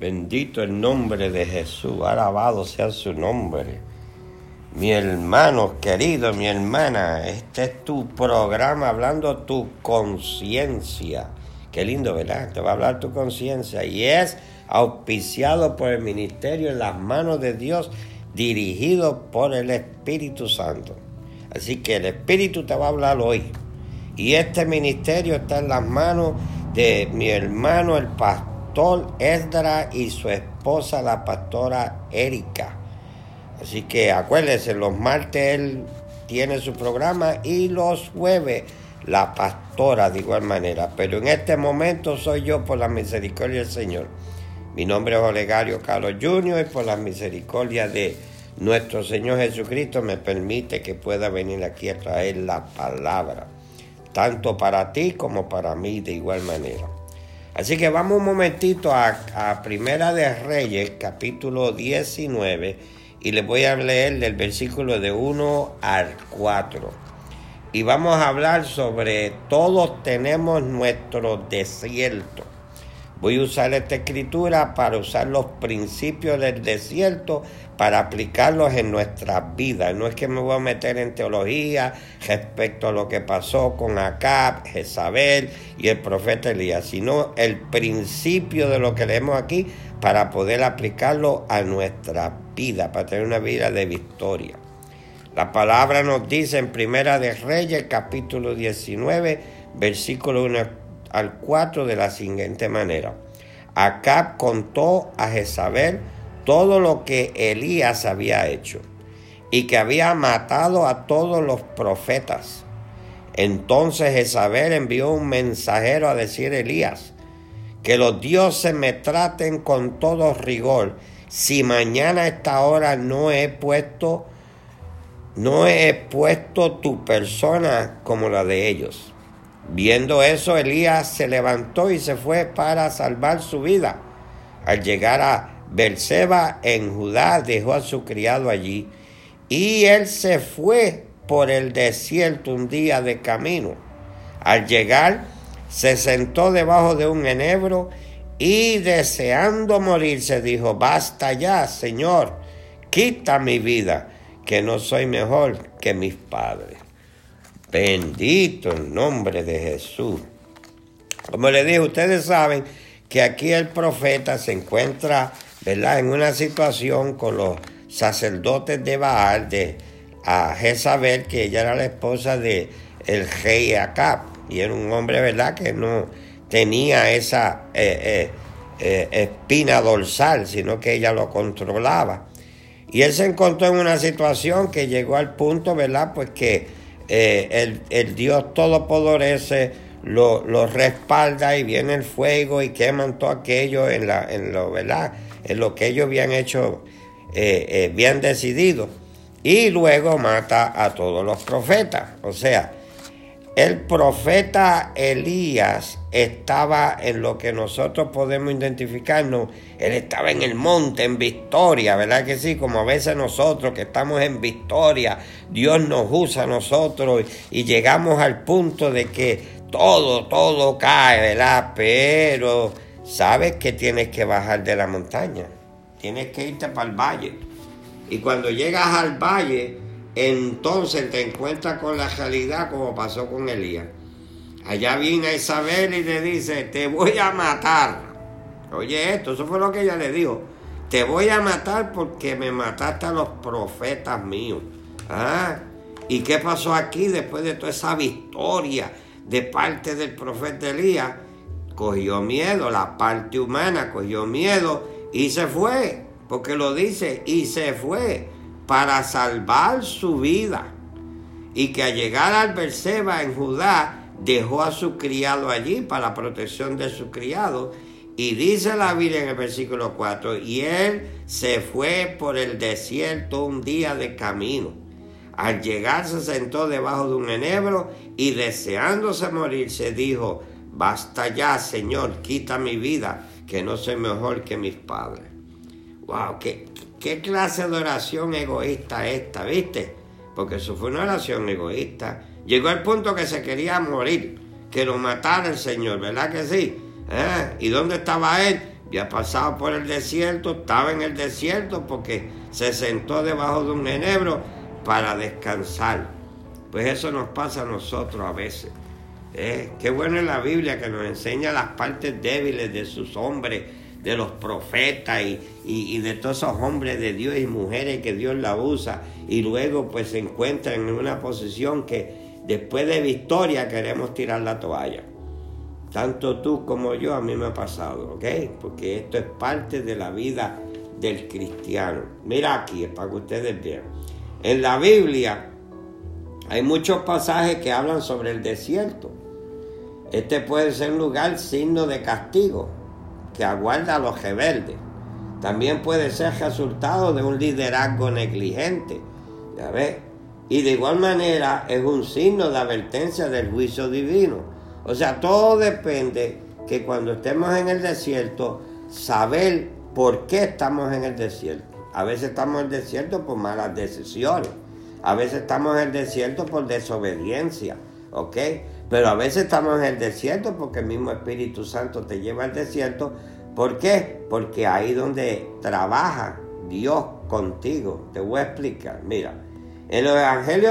Bendito el nombre de Jesús, alabado sea su nombre. Mi hermano querido, mi hermana, este es tu programa hablando tu conciencia. Qué lindo, ¿verdad? Te va a hablar tu conciencia y es auspiciado por el ministerio en las manos de Dios, dirigido por el Espíritu Santo. Así que el Espíritu te va a hablar hoy. Y este ministerio está en las manos de mi hermano, el pastor Esdras, y su esposa, la pastora Erika. Así que acuérdense, los martes él tiene su programa y los jueves la pastora de igual manera. Pero en este momento soy yo por la misericordia del Señor. Mi nombre es Olegario Carlos Jr. y por la misericordia de nuestro Señor Jesucristo me permite que pueda venir aquí a traer la palabra, tanto para ti como para mí de igual manera. Así que vamos un momentito a Primera de Reyes, capítulo 19, y les voy a leer del versículo de 1 al 4. Y vamos a hablar sobre todos tenemos nuestro desierto. Voy a usar esta escritura para usar los principios del desierto para aplicarlos en nuestras vidas. No es que me voy a meter en teología respecto a lo que pasó con Acab, Jezabel y el profeta Elías, sino el principio de lo que leemos aquí para poder aplicarlo a nuestra vida, para tener una vida de victoria. La palabra nos dice en Primera de Reyes, capítulo 19, versículo 1 al 4 de la siguiente manera. Acab contó a Jezabel todo lo que Elías había hecho y que había matado a todos los profetas. Entonces Jezabel envió un mensajero a decir a Elías: que los dioses me traten con todo rigor, si mañana a esta hora no he puesto tu persona como la de ellos. Viendo eso, Elías se levantó y se fue para salvar su vida. Al llegar a Beerseba en Judá, dejó a su criado allí, y él se fue por el desierto un día de camino. Al llegar, se sentó debajo de un enebro y, deseando morirse, dijo: basta ya, Señor, quita mi vida, que no soy mejor que mis padres. Bendito el nombre de Jesús. Como les dije, ustedes saben que aquí el profeta se encuentra, ¿verdad?, en una situación con los sacerdotes de Baal, a Jezabel, que ella era la esposa de el rey Acab, y era un hombre, ¿verdad?, que no tenía esa espina dorsal, sino que ella lo controlaba. Y él se encontró en una situación que llegó al punto, ¿verdad?, pues que el Dios Todopoderoso lo respalda, y viene el fuego y queman todo aquello en lo que ellos habían hecho, bien decidido, y luego mata a todos los profetas. O sea, el profeta Elías estaba en lo que nosotros podemos identificarnos. Él estaba en el monte, en victoria, ¿verdad que sí? Como a veces nosotros que estamos en victoria, Dios nos usa a nosotros y llegamos al punto de que todo cae, ¿verdad? Pero sabes que tienes que bajar de la montaña, tienes que irte para el valle. Y cuando llegas al valle, entonces te encuentras con la realidad, como pasó con Elías. Allá viene Isabel y le dice: te voy a matar. Oye esto, eso fue lo que ella le dijo: te voy a matar porque me mataste a los profetas míos. ¿Y qué pasó aquí después de toda esa victoria de parte del profeta Elías? Cogió miedo, la parte humana cogió miedo y se fue, porque lo dice, y se fue para salvar su vida. Y que al llegar al Beerseba en Judá, dejó a su criado allí para la protección de su criado. Y dice la Biblia en el versículo 4: y él se fue por el desierto un día de camino. Al llegar se sentó debajo de un enebro y, deseándose morirse, dijo: basta ya, Señor, quita mi vida, que no soy mejor que mis padres. Wow, qué clase de oración egoísta esta, ¿viste? Porque eso fue una oración egoísta. Llegó al punto que se quería morir, que lo matara el Señor, ¿verdad que sí? ¿Y dónde estaba él? había pasado por el desierto, estaba en el desierto porque se sentó debajo de un enebro para descansar. Pues eso nos pasa a nosotros a veces. Qué bueno es la Biblia que nos enseña las partes débiles de sus hombres, de los profetas y de todos esos hombres de Dios y mujeres que Dios la usa, y luego pues se encuentran en una posición que después de victoria queremos tirar la toalla. Tanto tú como yo, a mí me ha pasado, ¿ok? Porque esto es parte de la vida del cristiano. Mira aquí, es para que ustedes vean. En la Biblia hay muchos pasajes que hablan sobre el desierto. Este puede ser un lugar signo de castigo que aguarda a los rebeldes. También puede ser resultado de un liderazgo negligente. ¿Ya ves? Y de igual manera es un signo de advertencia del juicio divino. O sea, todo depende que cuando estemos en el desierto, saber por qué estamos en el desierto. A veces estamos en el desierto por malas decisiones. A veces estamos en el desierto por desobediencia. ¿Ok? Pero a veces estamos en el desierto porque el mismo Espíritu Santo te lleva al desierto. ¿Por qué? Porque ahí donde trabaja Dios contigo. Te voy a explicar. Mira, en los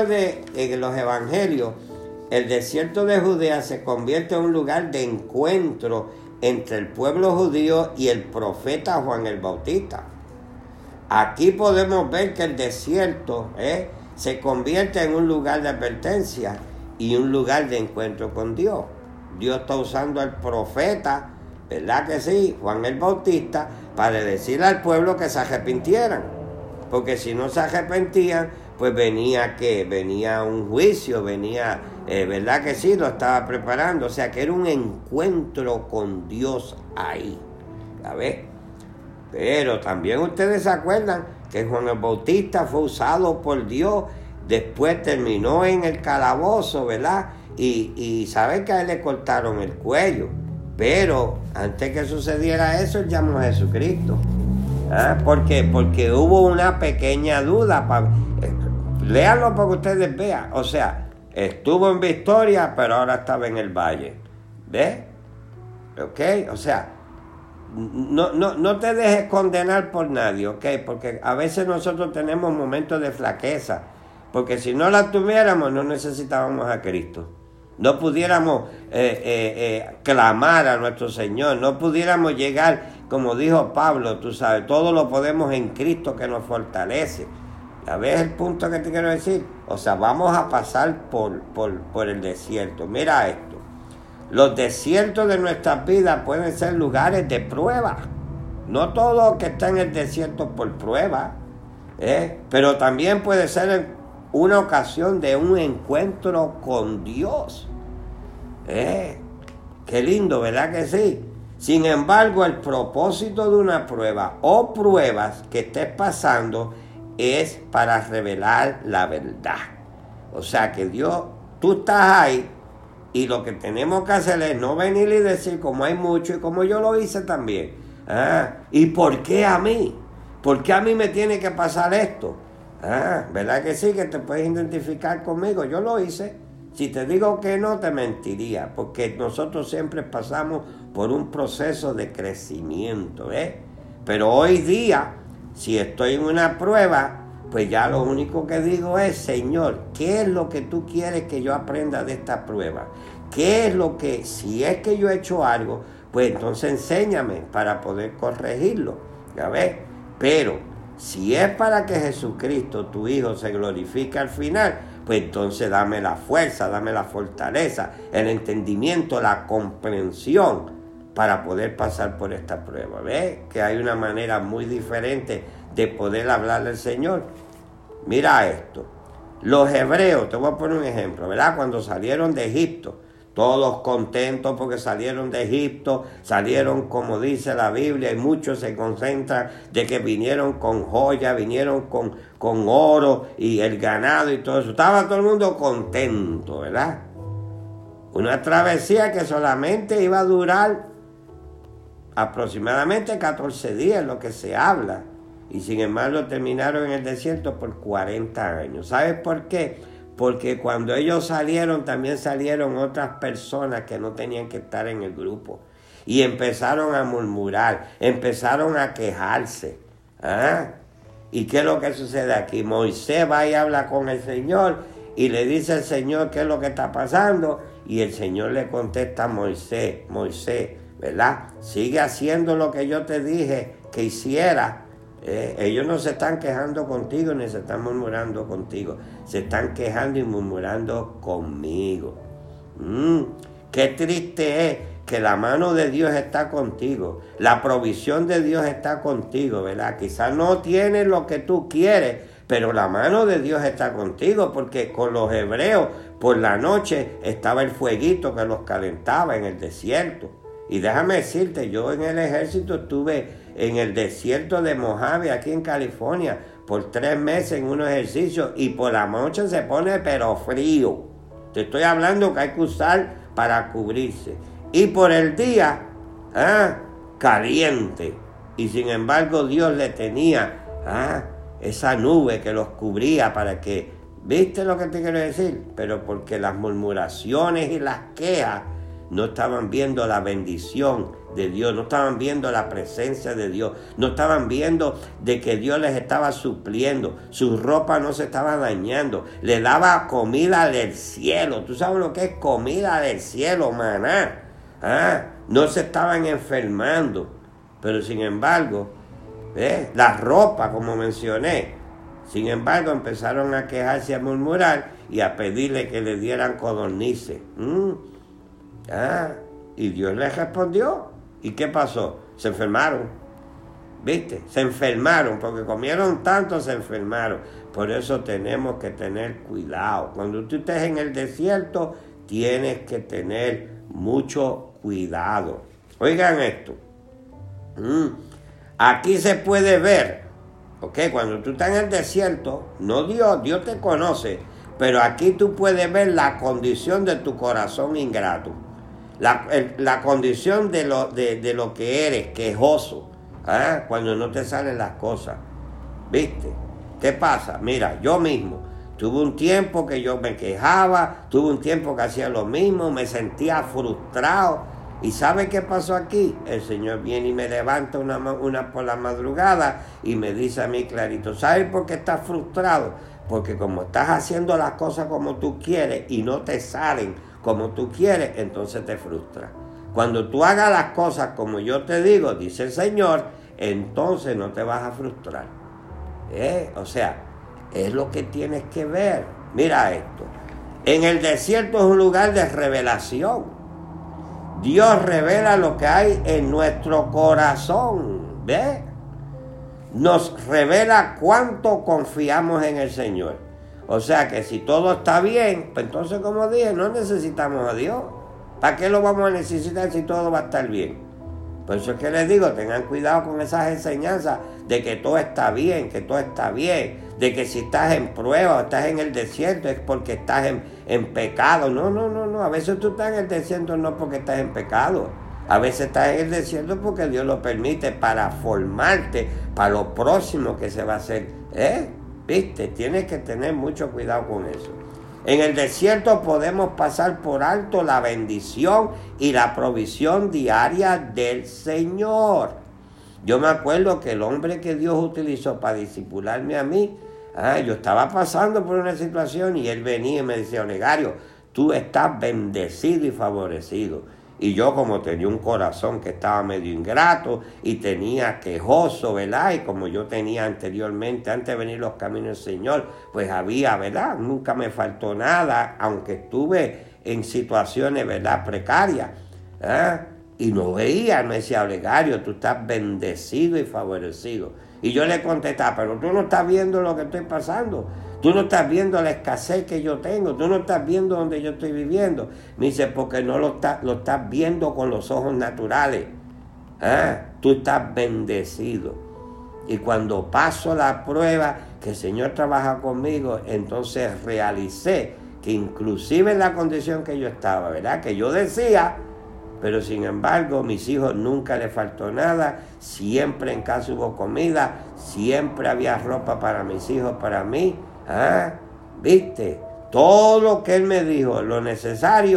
evangelios, el desierto de Judea se convierte en un lugar de encuentro entre el pueblo judío y el profeta Juan el Bautista. Aquí podemos ver que el desierto se convierte en un lugar de advertencia y un lugar de encuentro con Dios. Dios está usando al profeta, ¿verdad que sí? Juan el Bautista, para decirle al pueblo que se arrepintieran. Porque si no se arrepentían, pues venía un juicio, ¿verdad que sí? Lo estaba preparando. O sea, que era un encuentro con Dios ahí. ¿Sabes? Pero también ustedes se acuerdan que Juan el Bautista fue usado por Dios. Después terminó en el calabozo, ¿verdad? Y saben que a él le cortaron el cuello. Pero antes que sucediera eso, él llamó a Jesucristo. ¿Por qué? Porque hubo una pequeña duda. Léanlo para que ustedes vean. O sea, estuvo en victoria, pero ahora estaba en el valle. ¿Ves? ¿Ok? O sea, no te dejes condenar por nadie, ¿ok? Porque a veces nosotros tenemos momentos de flaqueza. Porque si no la tuviéramos, no necesitábamos a Cristo. No pudiéramos clamar a nuestro Señor. No pudiéramos llegar, como dijo Pablo, tú sabes, todo lo podemos en Cristo que nos fortalece. ¿Ya ves el punto que te quiero decir? O sea, vamos a pasar por el desierto. Mira esto. Los desiertos de nuestras vidas pueden ser lugares de prueba. No todo que está en el desierto por prueba. Pero también puede ser una ocasión de un encuentro con Dios. Qué lindo, ¿verdad que sí? Sin embargo, el propósito de una prueba o pruebas que estés pasando es para revelar la verdad. O sea que Dios, tú estás ahí y lo que tenemos que hacer es no venir y decir como hay mucho y como yo lo hice también. ¿Y por qué a mí? ¿Por qué a mí me tiene que pasar esto? ¿Verdad que sí? Que te puedes identificar conmigo. Yo lo hice. Si te digo que no, te mentiría. Porque nosotros siempre pasamos por un proceso de crecimiento. Pero hoy día, si estoy en una prueba, pues ya lo único que digo es, Señor, ¿qué es lo que tú quieres que yo aprenda de esta prueba? ¿Qué es lo que, si es que yo he hecho algo, pues entonces enséñame para poder corregirlo? ¿Ya ves? Pero si es para que Jesucristo, tu Hijo, se glorifique al final, pues entonces dame la fuerza, dame la fortaleza, el entendimiento, la comprensión para poder pasar por esta prueba. ¿Ves? Que hay una manera muy diferente de poder hablarle al Señor. Mira esto. Los hebreos, te voy a poner un ejemplo, ¿verdad? Cuando salieron de Egipto, todos contentos porque salieron de Egipto, salieron como dice la Biblia, y muchos se concentran de que vinieron con joyas, vinieron con oro y el ganado y todo eso. Estaba todo el mundo contento, ¿verdad? Una travesía que solamente iba a durar aproximadamente 14 días, lo que se habla. Y sin embargo terminaron en el desierto por 40 años. ¿Sabes por qué? Porque cuando ellos salieron, también salieron otras personas que no tenían que estar en el grupo. y empezaron a murmurar, empezaron a quejarse. ¿Ah? ¿Y qué es lo que sucede aquí? Moisés va y habla con el Señor y le dice al Señor qué es lo que está pasando, y el Señor le contesta a Moisés, ¿verdad? Sigue haciendo lo que yo te dije que hiciera. Ellos no se están quejando contigo ni se están murmurando contigo, se están quejando y murmurando conmigo. Qué triste es que la mano de Dios está contigo, la provisión de Dios está contigo, ¿verdad? Quizás no tienes lo que tú quieres, pero la mano de Dios está contigo, porque con los hebreos por la noche estaba el fueguito que los calentaba en el desierto. Y déjame decirte, yo en el ejército estuve en el desierto de Mojave, aquí en California, por 3 meses en unos ejercicios, y por la noche se pone pero frío. Te estoy hablando que hay que usar para cubrirse. Y por el día, caliente. Y sin embargo Dios le tenía esa nube que los cubría para que, ¿viste lo que te quiero decir? Pero porque las murmuraciones y las quejas no estaban viendo la bendición de Dios, no estaban viendo la presencia de Dios, no estaban viendo de que Dios les estaba supliendo, su ropa no se estaba dañando, le daba comida del cielo. ¿Tú sabes lo que es comida del cielo, maná? No se estaban enfermando, pero sin embargo, la ropa, como mencioné, sin embargo empezaron a quejarse, a murmurar y a pedirle que le dieran codornices. Y Dios les respondió. ¿Y qué pasó? Se enfermaron. ¿Viste? Se enfermaron, porque comieron tanto, se enfermaron. Por eso tenemos que tener cuidado. Cuando tú estés en el desierto, tienes que tener mucho cuidado. Oigan esto. Aquí se puede ver, ¿ok? Cuando tú estás en el desierto, no Dios te conoce, pero aquí tú puedes ver la condición de tu corazón ingrato. La condición de lo que eres, quejoso, cuando no te salen las cosas. ¿Viste? ¿Qué pasa? Mira, yo mismo tuve un tiempo que yo me quejaba, tuve un tiempo que hacía lo mismo, me sentía frustrado. ¿Y sabe qué pasó aquí? El Señor viene y me levanta una por la madrugada y me dice a mí clarito, ¿sabes por qué estás frustrado? Porque como estás haciendo las cosas como tú quieres y no te salen como tú quieres, entonces te frustra. Cuando tú hagas las cosas como yo te digo, dice el Señor, entonces no te vas a frustrar. O sea, es lo que tienes que ver. Mira esto. En el desierto es un lugar de revelación. Dios revela lo que hay en nuestro corazón. ¿Ves? Nos revela cuánto confiamos en el Señor. O sea que si todo está bien, pues entonces, como dije, no necesitamos a Dios. ¿Para qué lo vamos a necesitar si todo va a estar bien? Por eso es que les digo, tengan cuidado con esas enseñanzas de que todo está bien, de que si estás en prueba o estás en el desierto es porque estás en pecado. No. A veces tú estás en el desierto no porque estás en pecado. A veces estás en el desierto porque Dios lo permite para formarte para lo próximo que se va a hacer. ¿Viste? Tienes que tener mucho cuidado con eso. En el desierto podemos pasar por alto la bendición y la provisión diaria del Señor. Yo me acuerdo que el hombre que Dios utilizó para discipularme a mí, yo estaba pasando por una situación y él venía y me decía, Olegario, tú estás bendecido y favorecido. Y yo, como tenía un corazón que estaba medio ingrato y tenía quejoso, ¿verdad? Y como yo tenía anteriormente, antes de venir los caminos del Señor, pues había, ¿verdad? Nunca me faltó nada, aunque estuve en situaciones, ¿verdad? Precarias. Y no veía, me decía, Olegario, tú estás bendecido y favorecido. Y yo le contestaba, pero tú no estás viendo lo que estoy pasando. Tú no estás viendo la escasez que yo tengo. Tú no estás viendo donde yo estoy viviendo. Me dice, porque no lo estás viendo con los ojos naturales. Tú estás bendecido. Y cuando paso la prueba, que el Señor trabaja conmigo, entonces realicé que inclusive en la condición que yo estaba, ¿verdad? Que yo decía, pero sin embargo, mis hijos nunca les faltó nada. Siempre en casa hubo comida. Siempre había ropa para mis hijos, para mí. ¿Viste? Todo lo que él me dijo, lo necesario,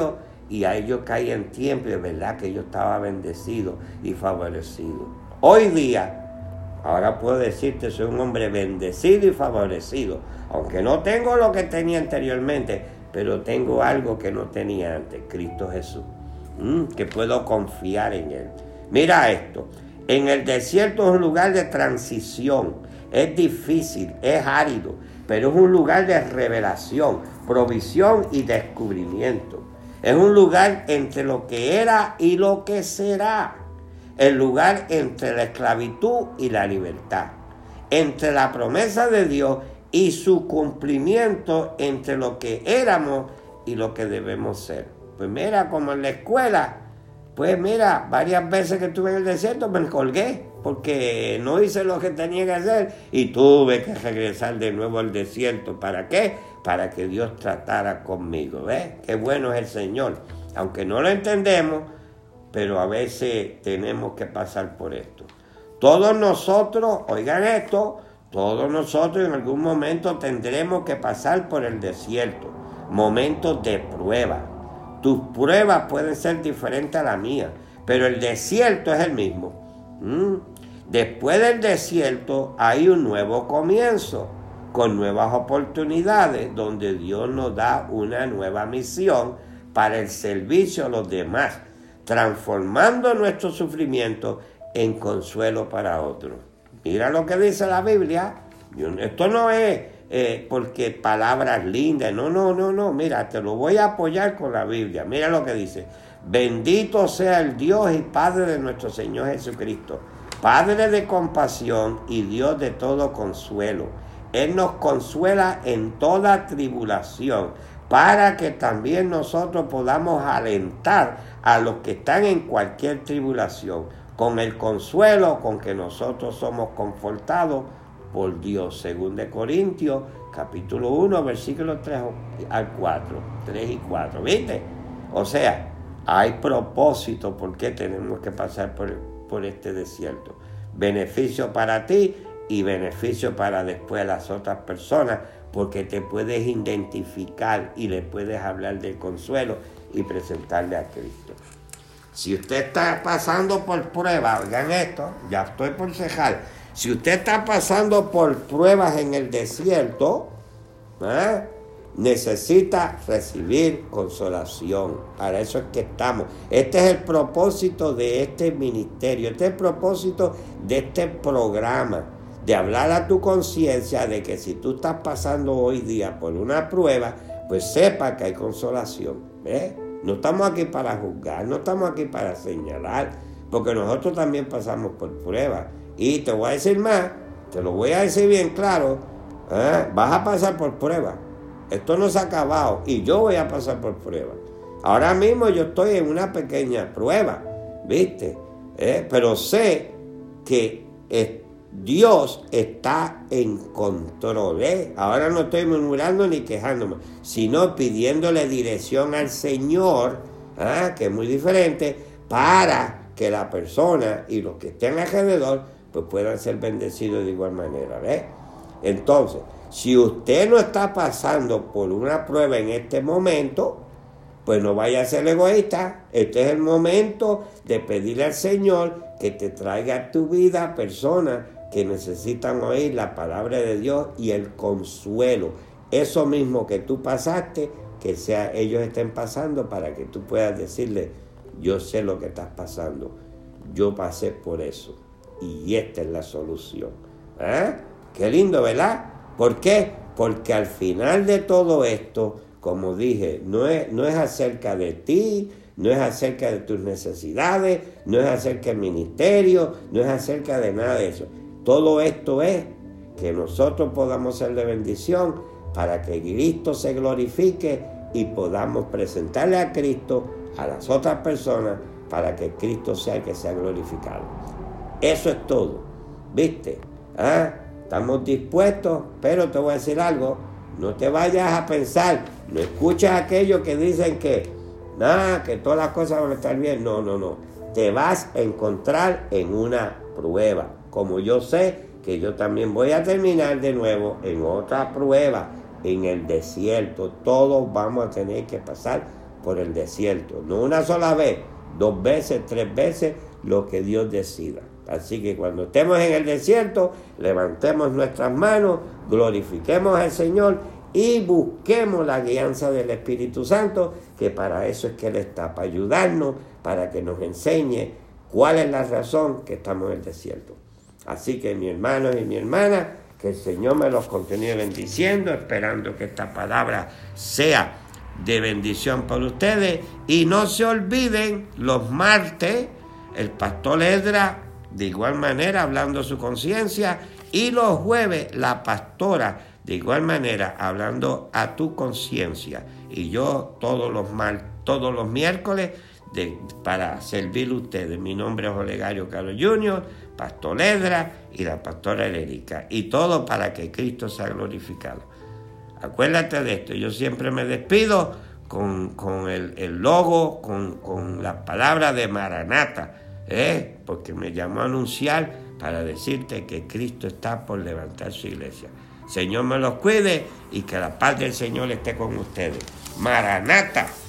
y a ellos caía en tiempo y de verdad que yo estaba bendecido y favorecido. Hoy día, ahora puedo decirte, soy un hombre bendecido y favorecido, aunque no tengo lo que tenía anteriormente, pero tengo algo que no tenía antes, Cristo Jesús, que puedo confiar en Él. Mira esto, en el desierto es un lugar de transición, es difícil, es árido, pero es un lugar de revelación, provisión y descubrimiento. Es un lugar entre lo que era y lo que será. El lugar entre la esclavitud y la libertad. Entre la promesa de Dios y su cumplimiento, entre lo que éramos y lo que debemos ser. Pues mira, como en la escuela, pues mira, varias veces que estuve en el desierto me colgué porque no hice lo que tenía que hacer y tuve que regresar de nuevo al desierto. ¿Para qué? Para que Dios tratara conmigo. ¿Ves? Qué bueno es el Señor. Aunque no lo entendemos, pero a veces tenemos que pasar por esto. Todos nosotros, oigan esto, todos nosotros en algún momento tendremos que pasar por el desierto. Momentos de prueba. Tus pruebas pueden ser diferentes a la mía, pero el desierto es el mismo. Después del desierto hay un nuevo comienzo, con nuevas oportunidades, donde Dios nos da una nueva misión para el servicio a los demás, transformando nuestro sufrimiento en consuelo para otros. Mira lo que dice la Biblia. Esto no es porque palabras lindas, no, mira, te lo voy a apoyar con la Biblia. Mira lo que dice: bendito sea el Dios y Padre de nuestro Señor Jesucristo, Padre de compasión y Dios de todo consuelo. Él nos consuela en toda tribulación, para que también nosotros podamos alentar a los que están en cualquier tribulación, con el consuelo con que nosotros somos confortados por Dios. 2 Corintios, capítulo 1, versículos 3 al 4, 3 y 4, ¿viste? O sea, hay propósito por qué tenemos que pasar por este desierto. Beneficio para ti y beneficio para después las otras personas, porque te puedes identificar y le puedes hablar del consuelo y presentarle a Cristo. Si usted está pasando por pruebas, oigan esto, ya estoy por cejar. Si usted está pasando por pruebas en el desierto, necesita recibir consolación. Para eso es que estamos. Este es el propósito de este ministerio, este es el propósito de este programa, de hablar a tu conciencia de que si tú estás pasando hoy día por una prueba, pues sepa que hay consolación. No estamos aquí para juzgar, no estamos aquí para señalar, porque nosotros también pasamos por pruebas. Y te voy a decir más, te lo voy a decir bien claro, vas a pasar por pruebas. Esto no se ha acabado y yo voy a pasar por pruebas. Ahora mismo yo estoy en una pequeña prueba, ¿viste? Pero sé que Dios está en control. Ahora no estoy murmurando ni quejándome, sino pidiéndole dirección al Señor, que es muy diferente, para que la persona y los que estén alrededor pues puedan ser bendecidos de igual manera. Entonces, si usted no está pasando por una prueba en este momento, pues no vaya a ser egoísta. Este es el momento de pedirle al Señor que te traiga a tu vida personas que necesitan oír la palabra de Dios y el consuelo. Eso mismo que tú pasaste, que ellos estén pasando, para que tú puedas decirle: yo sé lo que estás pasando, yo pasé por eso y esta es la solución. Qué lindo, ¿verdad? ¿Por qué? Porque al final de todo esto, como dije, no es acerca de ti, no es acerca de tus necesidades, no es acerca del ministerio, no es acerca de nada de eso. Todo esto es que nosotros podamos ser de bendición para que Cristo se glorifique y podamos presentarle a Cristo a las otras personas para que Cristo sea el que sea glorificado. Eso es todo, ¿viste? Estamos dispuestos, pero te voy a decir algo: no te vayas a pensar, no escuches a aquellos que dicen que todas las cosas van a estar bien. No, te vas a encontrar en una prueba, como yo sé que yo también voy a terminar de nuevo en otra prueba, en el desierto. Todos vamos a tener que pasar por el desierto. No una sola vez, 2 veces, 3 veces, lo que Dios decida. Así que cuando estemos en el desierto, levantemos nuestras manos, glorifiquemos al Señor y busquemos la guianza del Espíritu Santo, que para eso es que Él está, para ayudarnos, para que nos enseñe cuál es la razón que estamos en el desierto. Así que mis hermanos y mi hermana, que el Señor me los continúe bendiciendo, esperando que esta palabra sea de bendición para ustedes. Y no se olviden, los martes, el pastor Edra, de igual manera, hablando su conciencia, y los jueves, la pastora, de igual manera, hablando a tu conciencia. Y yo todos los miércoles, para servirle a ustedes. Mi nombre es Olegario Carlos Jr., Pastor Edra y la pastora Erika. Y todo para que Cristo sea glorificado. Acuérdate de esto, yo siempre me despido con el logo, con la palabra de Maranata, porque me llamó a anunciar para decirte que Cristo está por levantar su iglesia. Señor me los cuide y que la paz del Señor esté con ustedes. Maranata.